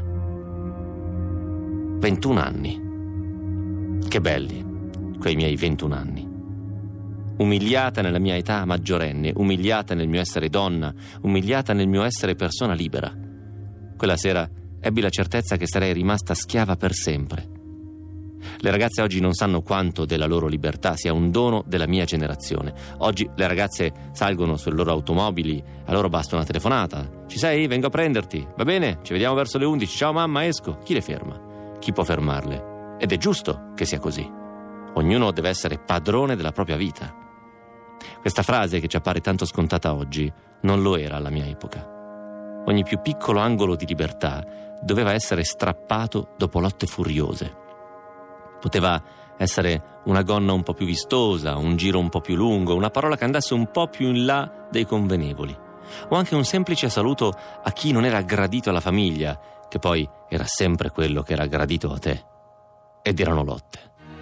ventuno anni. Che belli, quei miei ventuno anni. umiliata nella mia età maggiorenne, umiliata nel mio essere donna, umiliata nel mio essere persona libera. Quella sera ebbi la certezza che sarei rimasta schiava per sempre. Le ragazze oggi non sanno quanto della loro libertà sia un dono della mia generazione. Oggi le ragazze salgono sulle loro automobili, a loro basta una telefonata. Ci sei? Vengo a prenderti. Va bene? Ci vediamo verso le undici. Ciao mamma, esco. Chi le ferma? Chi può fermarle? Ed è giusto che sia così. Ognuno deve essere padrone della propria vita. Questa frase che ci appare tanto scontata oggi non lo era alla mia epoca. Ogni più piccolo angolo di libertà doveva essere strappato dopo lotte furiose. Poteva essere una gonna un po' più vistosa, un giro un po' più lungo, una parola che andasse un po' più in là dei convenevoli, o anche un semplice saluto a chi non era gradito alla famiglia, che poi era sempre quello che era gradito a te. Ed erano lotte.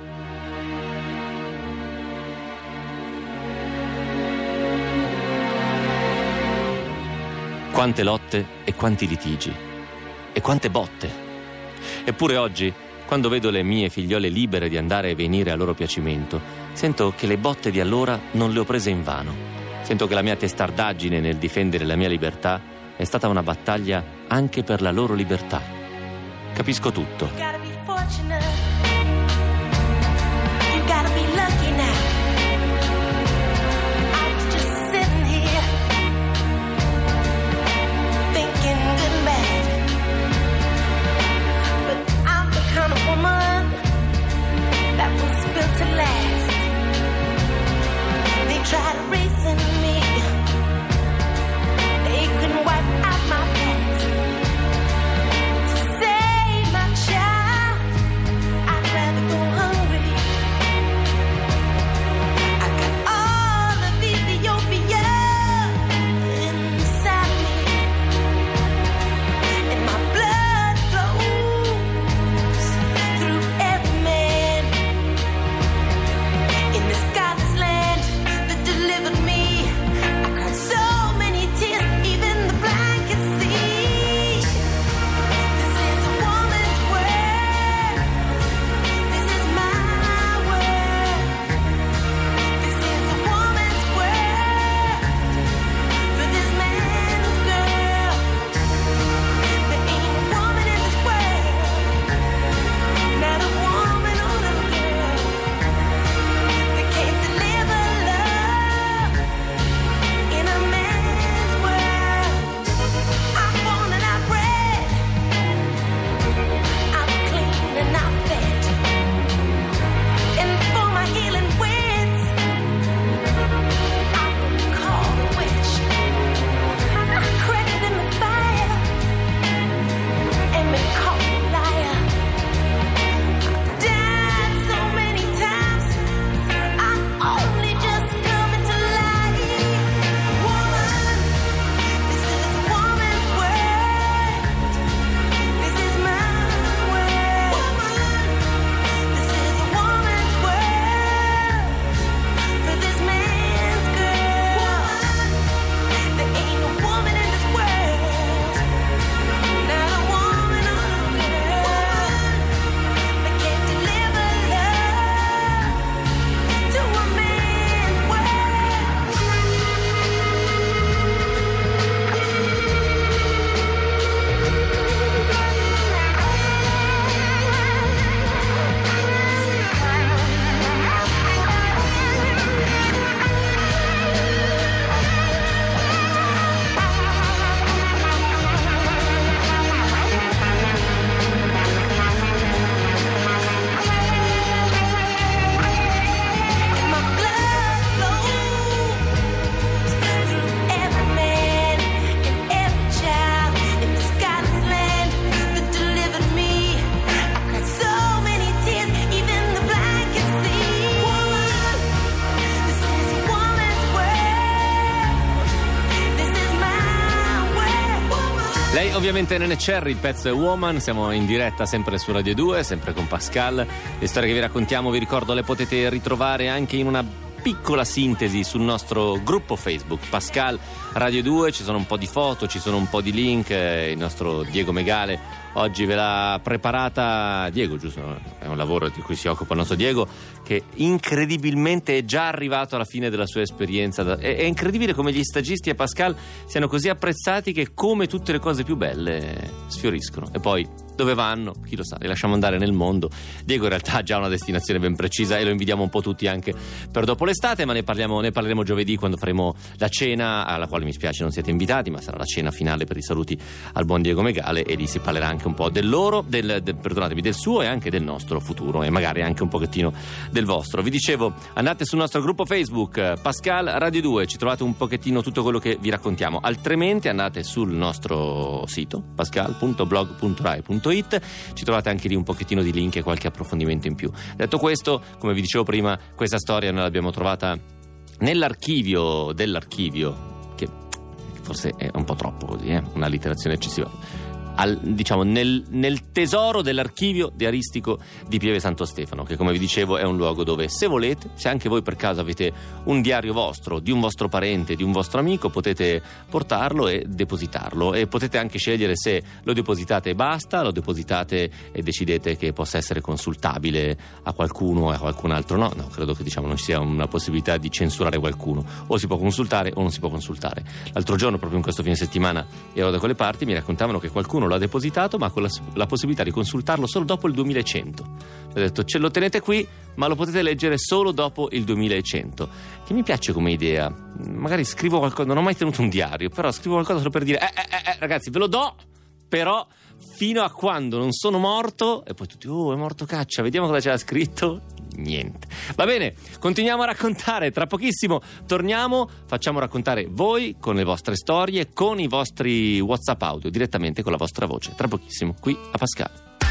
Quante lotte e quanti litigi e quante botte. Eppure oggi, quando vedo le mie figliole libere di andare e venire a loro piacimento, sento che le botte di allora non le ho prese invano. Sento che la mia testardaggine nel difendere la mia libertà è stata una battaglia anche per la loro libertà. Capisco tutto. You gotta be fortunate. You gotta be lucky now. I was just sitting here thinking good and bad. But I'm the kind of woman that was built to last. They tried to reason me. They couldn't wipe out my past. To save my child, I'd rather go hungry. I got all of Ethiopia inside of me, and my blood flows through every man in this godless land that delivered me. I cried so many tears, even the blind can see. This is a woman's world. This is my world. This is a woman's world for this man's girl. There ain't a woman in this world, not a woman or little girl, that can't deliver love in a man's world. I'm born and I'm bred. I'm clean and I'm fed. And for my healing winds, I've been called a witch. I'm cracked in the fire and been called a liar. I've died so many times, I'm only just coming to life. Woman, this is a woman's world. This is my world. Woman, this is a woman's world for this man's girl. Woman, there ain't a woman in this world, not a woman or a girl, that can't deliver love to a man's world. And my blood flows through every man and every child in this godless land that delivered me. I cried so many tears, even the blind can see. Woman, this is a woman's world. This is my world. Woman. Lei ovviamente Nene Cherry, il pezzo è Woman, siamo in diretta sempre su Radio due, sempre con Pascal. Le storie che vi raccontiamo, vi ricordo, le potete ritrovare anche in una piccola sintesi sul nostro gruppo Facebook Pascal Radio due. Ci sono un po' di foto, ci sono un po' di link. Il nostro Diego Megale oggi ve l'ha preparata. Diego, giusto? È un lavoro di cui si occupa il nostro Diego, che incredibilmente è già arrivato alla fine della sua esperienza. È, è incredibile come gli stagisti a Pascal siano così apprezzati che, come tutte le cose più belle, sfioriscono. E poi dove vanno? Chi lo sa, li lasciamo andare nel mondo. Diego in realtà ha già una destinazione ben precisa e lo invidiamo un po' tutti anche per dopo l'estate, ma ne parliamo, ne parleremo giovedì, quando faremo la cena, alla quale mi spiace non siete invitati, ma sarà la cena finale per i saluti al buon Diego Megale, e lì si parlerà anche un po' del loro, del, del, perdonatemi, del suo e anche del nostro futuro, e magari anche un pochettino del vostro. Vi dicevo, andate sul nostro gruppo Facebook Pascal Radio due, ci trovate un pochettino tutto quello che vi raccontiamo, altrimenti andate sul nostro sito pascal punto blog punto rai punto it, ci trovate anche lì un pochettino di link e qualche approfondimento in più. Detto questo, come vi dicevo prima, questa storia noi l'abbiamo trovata nell'archivio dell'archivio, che forse è un po' troppo così, eh? Una allitterazione eccessiva. Al, diciamo nel, nel tesoro dell'archivio diaristico di Pieve Santo Stefano, che, come vi dicevo, è un luogo dove, se volete, se anche voi per caso avete un diario vostro, di un vostro parente, di un vostro amico, potete portarlo e depositarlo, e potete anche scegliere se lo depositate e basta, lo depositate e decidete che possa essere consultabile a qualcuno o a qualcun altro. No, no, credo che, diciamo, non ci sia una possibilità di censurare qualcuno, o si può consultare o non si può consultare. L'altro giorno, proprio in questo fine settimana, ero da quelle parti, mi raccontavano che qualcuno lo ha depositato, ma con la, la possibilità di consultarlo solo dopo il duemilacento. Ho detto, ce lo tenete qui, ma lo potete leggere solo dopo il duemilacento, che mi piace come idea. Magari scrivo qualcosa, non ho mai tenuto un diario, però scrivo qualcosa solo per dire eh, eh, eh, ragazzi, ve lo do, però fino a quando non sono morto. E poi tutti, oh, è morto Caccia, vediamo cosa c'era scritto. Niente. Va bene, continuiamo a raccontare. Tra pochissimo torniamo, facciamo raccontare voi con le vostre storie, con i vostri WhatsApp audio, direttamente con la vostra voce. Tra pochissimo, qui a Pascal.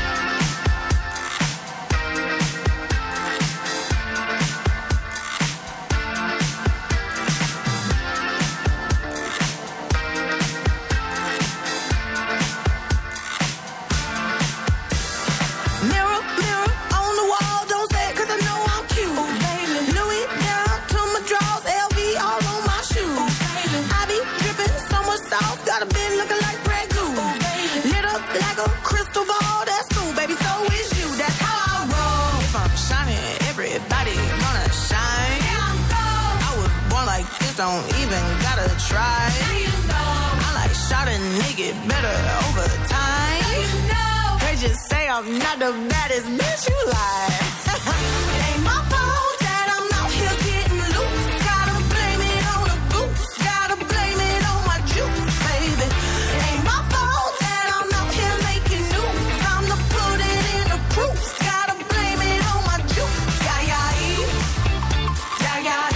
Don't even gotta try. You know. I like shot a nigga better over time. You know. They just say I'm not the baddest bitch you like. Ain't my fault that I'm out here getting loose. Gotta blame it on the goose. Gotta blame it on my juice, baby. Ain't my fault that I'm out here making news. I'm the put it in the proof. Gotta blame it on my juice. Yeah, yeah, yeah, yeah, yeah.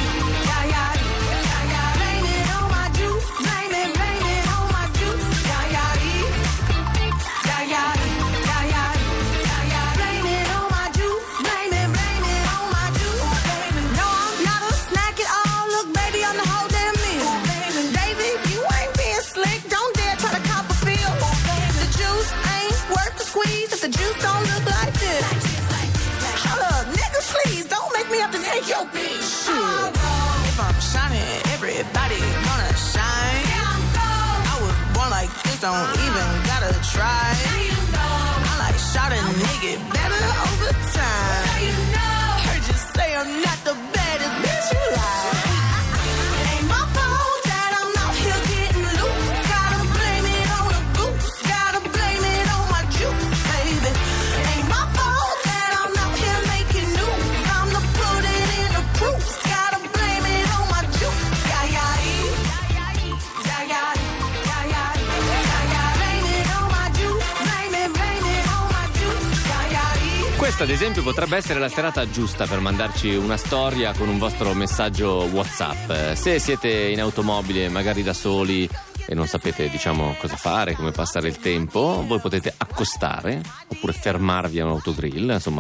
The juice don't look like this. Hold up, nigga, please don't make me have to take your bitch. Shit. If I'm shining, everybody gonna shine. I was born like this, don't even gotta try. I like shot a nigga better over time. Heard you say I'm not the baddest bitch you like. Ain't my fault that I'm out here getting loose. Gotta blame it on the goose. Gotta blame it on my juice. Ain't my fault that I'm out here making news. I'm the put it in the proof. Gotta blame it on my juice. Yeah, yeah, yeah, yeah, yeah, yeah, yeah, yeah. Blame it on my juice. Blame it, blame it on my juice. Yeah, yeah, yeah. Questa, ad esempio, potrebbe essere la serata giusta per mandarci una storia con un vostro messaggio WhatsApp. Se siete in automobile, magari da soli, e non sapete, diciamo, cosa fare, come passare il tempo, voi potete accostare oppure fermarvi a un autogrill, insomma,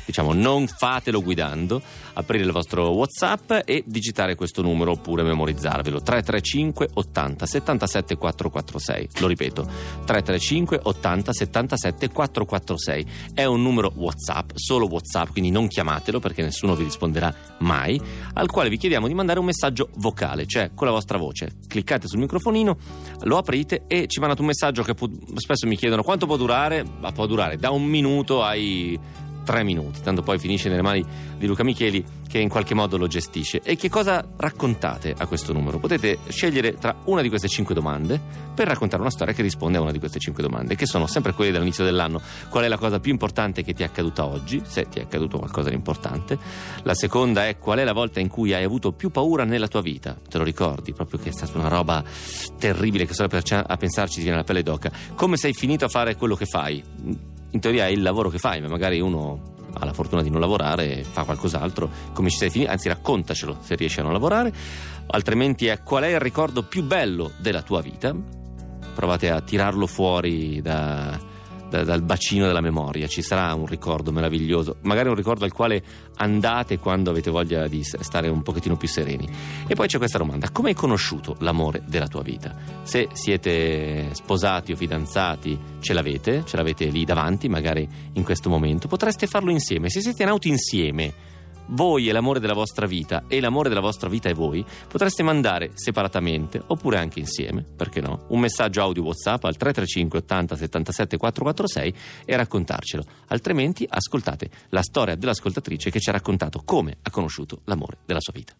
diciamo non fatelo guidando, aprire il vostro WhatsApp e digitare questo numero oppure memorizzarvelo: tre tre cinque ottanta settantasette quattrocentoquarantasei. Lo ripeto, tre tre cinque ottanta settantasette quattrocentoquarantasei. È un numero WhatsApp, solo WhatsApp, quindi non chiamatelo perché nessuno vi risponderà mai, al quale vi chiediamo di mandare un messaggio vocale, cioè con la vostra voce. Cliccate sul microfonino, lo aprite e ci mandate un messaggio che può, spesso mi chiedono quanto può durare, ma può durare da un minuto ai tre minuti, tanto poi finisce nelle mani di Luca Micheli che in qualche modo lo gestisce. E che cosa raccontate a questo numero? Potete scegliere tra una di queste cinque domande per raccontare una storia che risponde a una di queste cinque domande, che sono sempre quelle dall'inizio dell'anno. Qual è la cosa più importante che ti è accaduta oggi, se ti è accaduto qualcosa di importante? La seconda è: qual è la volta in cui hai avuto più paura nella tua vita? Te lo ricordi? Proprio che è stata una roba terribile che solo a pensarci ti viene la pelle d'oca. Come sei finito a fare quello che fai? In teoria è il lavoro che fai, ma magari uno ha la fortuna di non lavorare e fa qualcos'altro. Come ci sei finito? Anzi, raccontacelo se riesci a non lavorare. Altrimenti è: qual è il ricordo più bello della tua vita? Provate a tirarlo fuori da, da, dal bacino della memoria. Ci sarà un ricordo meraviglioso, magari un ricordo al quale andate quando avete voglia di stare un pochettino più sereni. E poi c'è questa domanda: come hai conosciuto l'amore della tua vita? Se siete sposati o fidanzati, ce l'avete, ce l'avete lì davanti, magari in questo momento potreste farlo insieme. Se siete nati insieme, voi e l'amore della vostra vita e l'amore della vostra vita e voi, potreste mandare separatamente oppure anche insieme, perché no, un messaggio audio WhatsApp al tre tre cinque ottanta settantasette quattrocentoquarantasei e raccontarcelo. Altrimenti ascoltate la storia dell'ascoltatrice che ci ha raccontato come ha conosciuto l'amore della sua vita.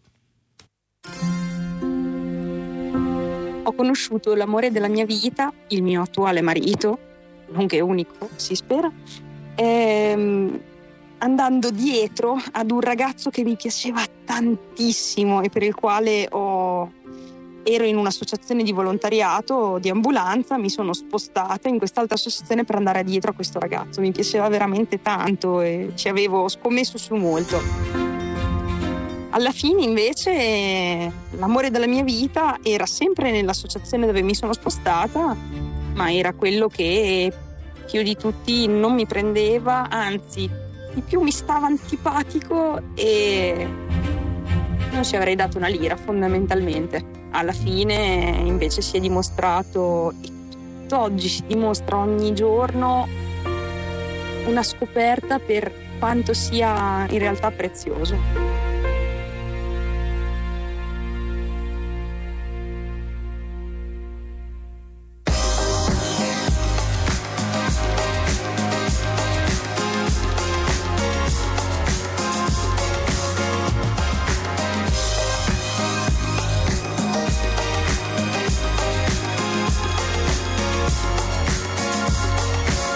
Ho conosciuto l'amore della mia vita, il mio attuale marito, nonché unico, si spera, ehm, andando dietro ad un ragazzo che mi piaceva tantissimo e per il quale ho... ero in un'associazione di volontariato, di ambulanza, mi sono spostata in quest'altra associazione per andare dietro a questo ragazzo. Mi piaceva veramente tanto e ci avevo scommesso su molto. Alla fine invece l'amore della mia vita era sempre nell'associazione dove mi sono spostata, ma era quello che più di tutti non mi prendeva, anzi di più mi stava antipatico e non ci avrei dato una lira fondamentalmente. Alla fine invece si è dimostrato, e tutt'oggi si dimostra ogni giorno, una scoperta per quanto sia in realtà prezioso.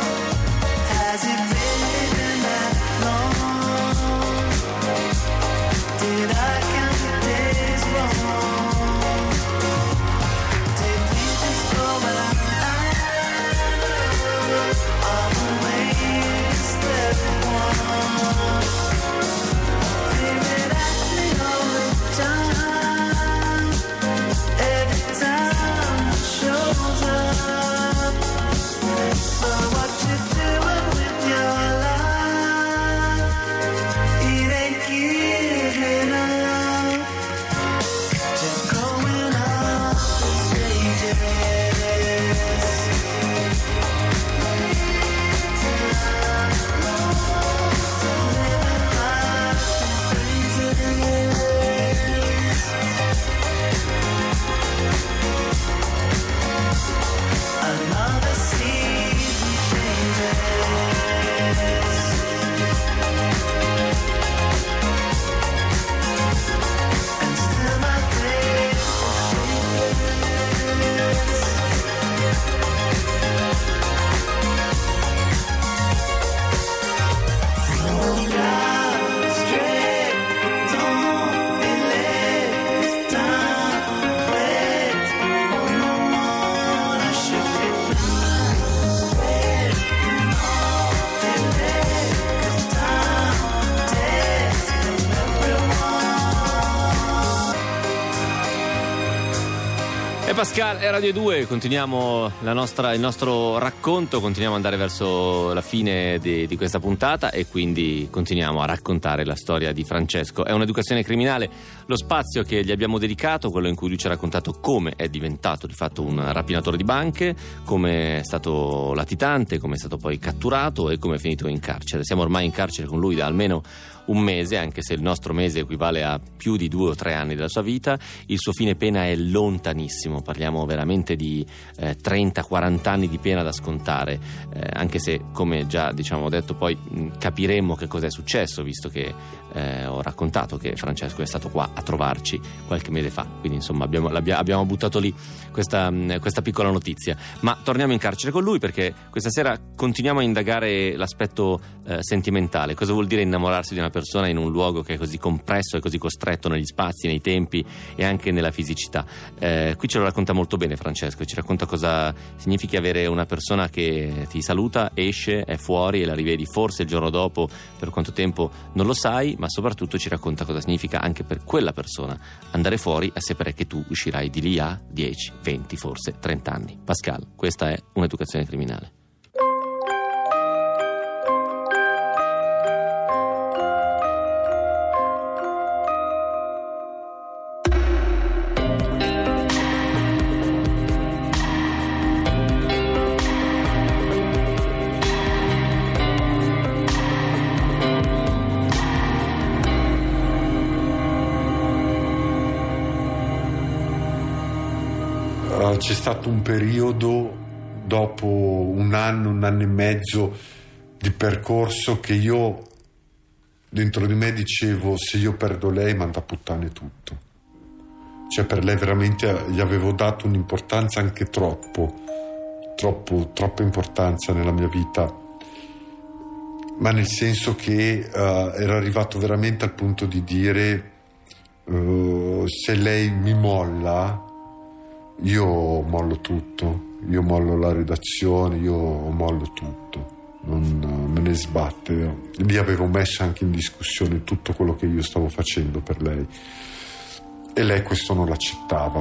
Has it really been that long? Pascal e Radio due, continuiamo la nostra, il nostro racconto, continuiamo ad andare verso la fine di, di questa puntata e quindi continuiamo a raccontare la storia di Francesco. È un'educazione criminale, lo spazio che gli abbiamo dedicato, quello in cui lui ci ha raccontato come è diventato di fatto un rapinatore di banche, come è stato latitante, come è stato poi catturato e come è finito in carcere. Siamo ormai in carcere con lui da almeno un mese, anche se il nostro mese equivale a più di due o tre anni della sua vita. Il suo fine pena è lontanissimo, parliamo veramente di eh, trenta quaranta anni di pena da scontare, eh, anche se, come già diciamo detto, poi mh, capiremo che cosa è successo, visto che eh, ho raccontato che Francesco è stato qua a trovarci qualche mese fa, quindi insomma abbiamo, abbiamo buttato lì questa, mh, questa piccola notizia. Ma torniamo in carcere con lui, perché questa sera continuiamo a indagare l'aspetto eh, sentimentale. Cosa vuol dire innamorarsi di una persona in un luogo che è così compresso e così costretto negli spazi, nei tempi e anche nella fisicità? Eh, qui ce lo racconta molto bene Francesco, ci racconta cosa significa avere una persona che ti saluta, esce, è fuori e la rivedi forse il giorno dopo, per quanto tempo non lo sai, ma soprattutto ci racconta cosa significa anche per quella persona andare fuori a sapere che tu uscirai di lì a dieci, venti, forse trenta anni. Pascal, questa è un'educazione criminale. C'è stato un periodo, dopo un anno, un anno e mezzo di percorso, che io dentro di me dicevo: se io perdo lei manda a puttane tutto. Cioè, per lei veramente gli avevo dato un'importanza anche troppo, troppo, troppa importanza nella mia vita, ma nel senso che uh, era arrivato veramente al punto di dire uh, se lei mi molla, io mollo tutto, io mollo la redazione, io mollo tutto, non me ne sbatte. Lì avevo messo anche in discussione tutto quello che io stavo facendo per lei e lei questo non l'accettava.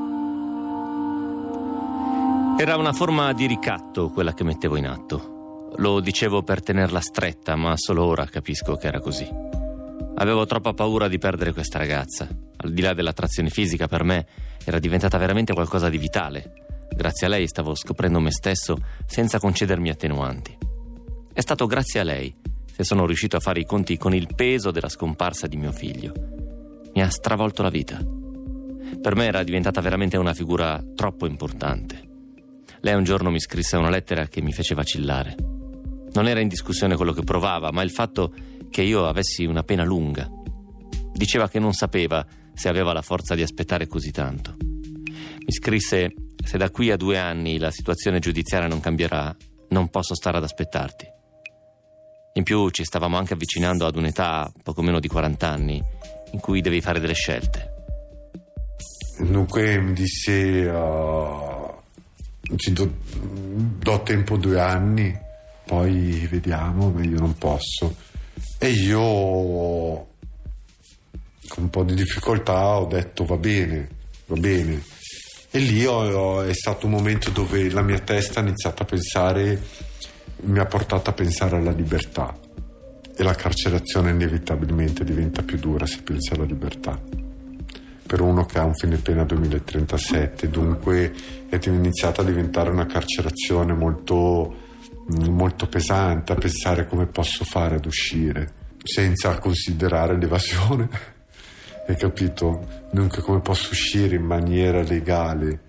Era una forma di ricatto quella che mettevo in atto. Lo dicevo per tenerla stretta, ma solo ora capisco che era così. Avevo troppa paura di perdere questa ragazza. Al di là dell'attrazione fisica, per me era diventata veramente qualcosa di vitale. Grazie a lei stavo scoprendo me stesso senza concedermi attenuanti. È stato grazie a lei se sono riuscito a fare i conti con il peso della scomparsa di mio figlio. Mi ha stravolto la vita. Per me era diventata veramente una figura troppo importante. Lei un giorno mi scrisse una lettera che mi fece vacillare. Non era in discussione quello che provava, ma il fatto che io avessi una pena lunga. Diceva che non sapeva se aveva la forza di aspettare così tanto. Mi scrisse: se da qui a due anni la situazione giudiziaria non cambierà, non posso stare ad aspettarti. In più ci stavamo anche avvicinando ad un'età poco meno di quaranta anni in cui devi fare delle scelte. Dunque mi disse: uh, ci do, do tempo due anni, poi vediamo, ma io non posso. E io, con un po' di difficoltà, ho detto va bene, va bene. E lì ho, ho, è stato un momento dove la mia testa ha iniziato a pensare, mi ha portato a pensare alla libertà. E la carcerazione inevitabilmente diventa più dura se pensi alla libertà. Per uno che ha un fine pena duemilatrentasette, dunque è iniziata a diventare una carcerazione molto, molto pesante, a pensare come posso fare ad uscire, senza considerare l'evasione. Hai capito? Dunque come posso uscire in maniera legale.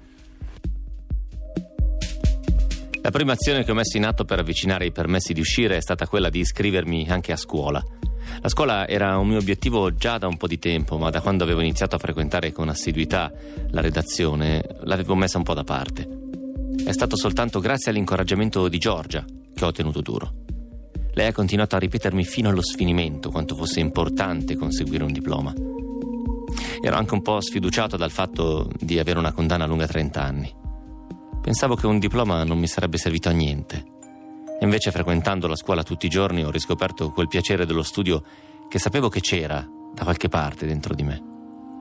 La prima azione che ho messo in atto per avvicinare i permessi di uscire è stata quella di iscrivermi anche a scuola. La scuola era un mio obiettivo già da un po' di tempo, ma da quando avevo iniziato a frequentare con assiduità la redazione l'avevo messa un po' da parte. È stato soltanto grazie all'incoraggiamento di Giorgia che ho tenuto duro. Lei ha continuato a ripetermi fino allo sfinimento quanto fosse importante conseguire un diploma. Ero anche un po' sfiduciato dal fatto di avere una condanna lunga trenta anni. Pensavo che un diploma non mi sarebbe servito a niente. E invece, frequentando la scuola tutti i giorni, ho riscoperto quel piacere dello studio che sapevo che c'era da qualche parte dentro di me.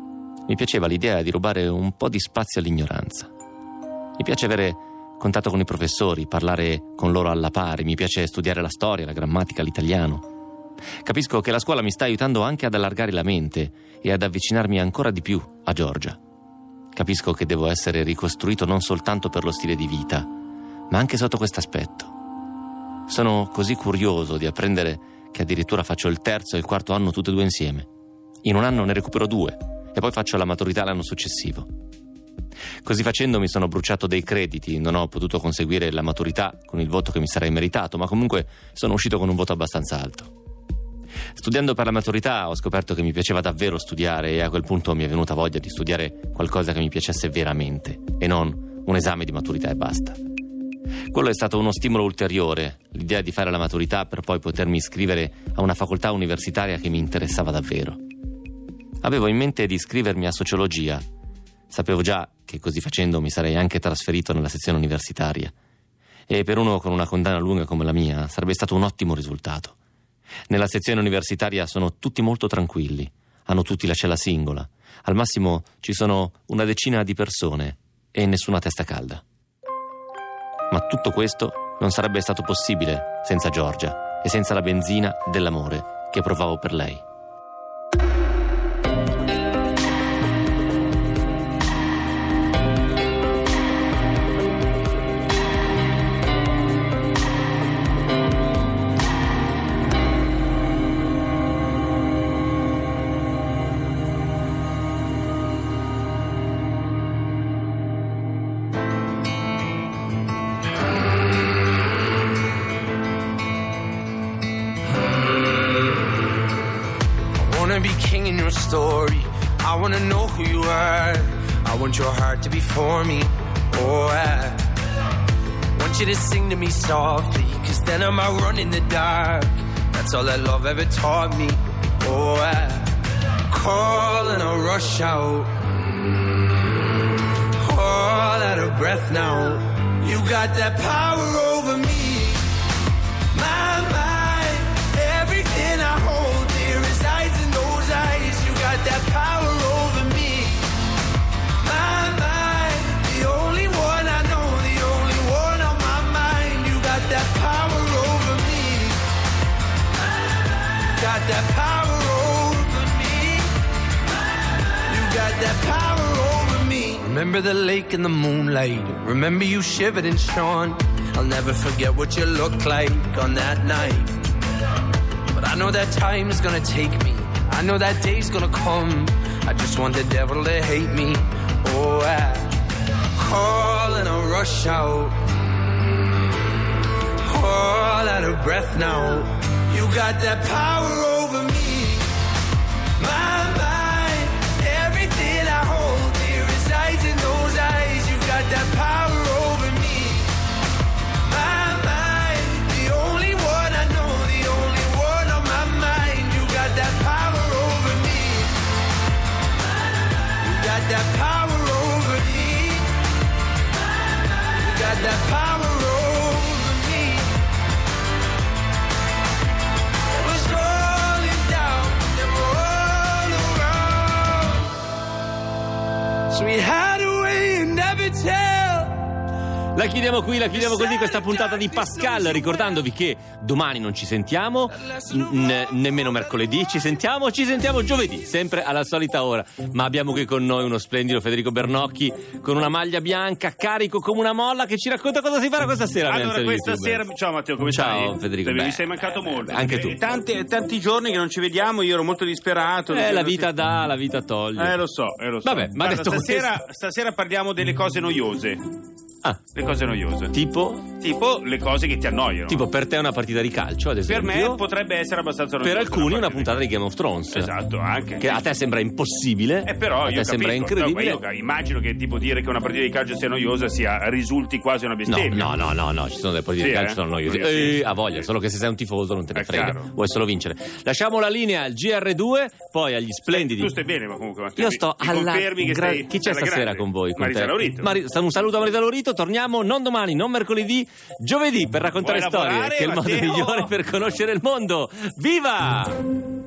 mi piaceva l'idea di rubare un po' di spazio all'ignoranza. Mi piace avere contatto con i professori, parlare con loro alla pari, mi piace studiare la storia, la grammatica, l'italiano. Capisco che la scuola mi sta aiutando anche ad allargare la mente e ad avvicinarmi ancora di più a Giorgia. Capisco che devo essere ricostruito non soltanto per lo stile di vita, ma anche sotto questo aspetto. Sono così curioso di apprendere che addirittura faccio il terzo e il quarto anno tutte e due insieme. In un anno ne recupero due e poi faccio la maturità l'anno successivo. Così facendo mi sono bruciato dei crediti, non ho potuto conseguire la maturità con il voto che mi sarei meritato, ma comunque sono uscito con un voto abbastanza alto. Studiando per la maturità ho scoperto che mi piaceva davvero studiare e a quel punto mi è venuta voglia di studiare qualcosa che mi piacesse veramente e non un esame di maturità e basta. Quello è stato uno stimolo ulteriore, l'idea di fare la maturità per poi potermi iscrivere a una facoltà universitaria che mi interessava davvero. Avevo in mente di iscrivermi a sociologia. Sapevo già che così facendo mi sarei anche trasferito nella sezione universitaria e per uno con una condanna lunga come la mia sarebbe stato un ottimo risultato. Nella sezione universitaria sono tutti molto tranquilli, hanno tutti la cella singola, al massimo ci sono una decina di persone e nessuna testa calda. Ma tutto questo non sarebbe stato possibile senza Giorgia e senza la benzina dell'amore che provavo per lei. Be king in your story. I wanna know who you are. I want your heart to be for me. Oh, I want you to sing to me softly, cause then I might run in the dark. That's all that love ever taught me. Oh, I call and I rush out, all out of breath now. You got that power over me. My mind, everything I hold dear resides in those eyes. You got that power over me. My mind, the only one I know, the only one on my mind. You got that power over me. Got that power over me. You got that power over me. Remember the lake in the moonlight. Remember you shivered and shone. I'll never forget what you looked like on that night. But I know that time is gonna take me. I know that day's gonna come. I just want the devil to hate me. Oh, I call and I rush out, all out of breath now. You got that power over me. My mind, everything I hold dear resides in those eyes. You got that power over me. My mind, the only one I know, the only one on my mind. You got that power over me. You got that power over me. You got that power over me. It was rolling down, they were all around. So we had a way you never tell. La chiudiamo qui, la chiudiamo così questa puntata di Pascal, ricordandovi che domani non ci sentiamo, n- nemmeno mercoledì, ci sentiamo, ci sentiamo giovedì, sempre alla solita ora. Ma abbiamo qui con noi uno splendido Federico Bernocchi con una maglia bianca, carico come una molla, che ci racconta cosa si farà questa sera. Allora, questa sera, ciao Matteo, come ciao, stai? Federico. Mi Beh, sei mancato molto. Anche tu. Tanti, tanti giorni che non ci vediamo, io ero molto disperato. Eh, la vita dà, la vita toglie. Eh, lo so, eh, lo so. Vabbè, ma Guarda, detto stasera, questo... stasera parliamo delle cose noiose. Ah. Le cose noiose. Tipo? Tipo le cose che ti annoiano. Tipo per te una partita di calcio, ad esempio. Per me potrebbe essere abbastanza noiosa. Per alcuni una, una puntata di Game of Thrones. Esatto, anche. Che a te sembra impossibile. Eh, però a io te sembra capisco. incredibile. No, io immagino che tipo dire che una partita di calcio sia noiosa sia risulti quasi una bestemmia. No, no, no, no, ci sono delle partite sì, di calcio eh? che sono noiose. Sì. Eh, a voglia, solo che se sei un tifoso non te ne È frega, chiaro. vuoi solo vincere. Lasciamo la linea al G R due, poi agli splendidi. Tu stai bene, ma comunque Matteo, Io sto mi alla confermi che gra- stai Chi c'è alla stasera grande? con voi? Con Marisa te? Laurito. Mari- un saluto a Marisa Laurito, torniamo non domani, non mercoledì, giovedì per raccontare Vuoi storie, lavorare, che è il modo Matteo? migliore per conoscere il mondo. Viva!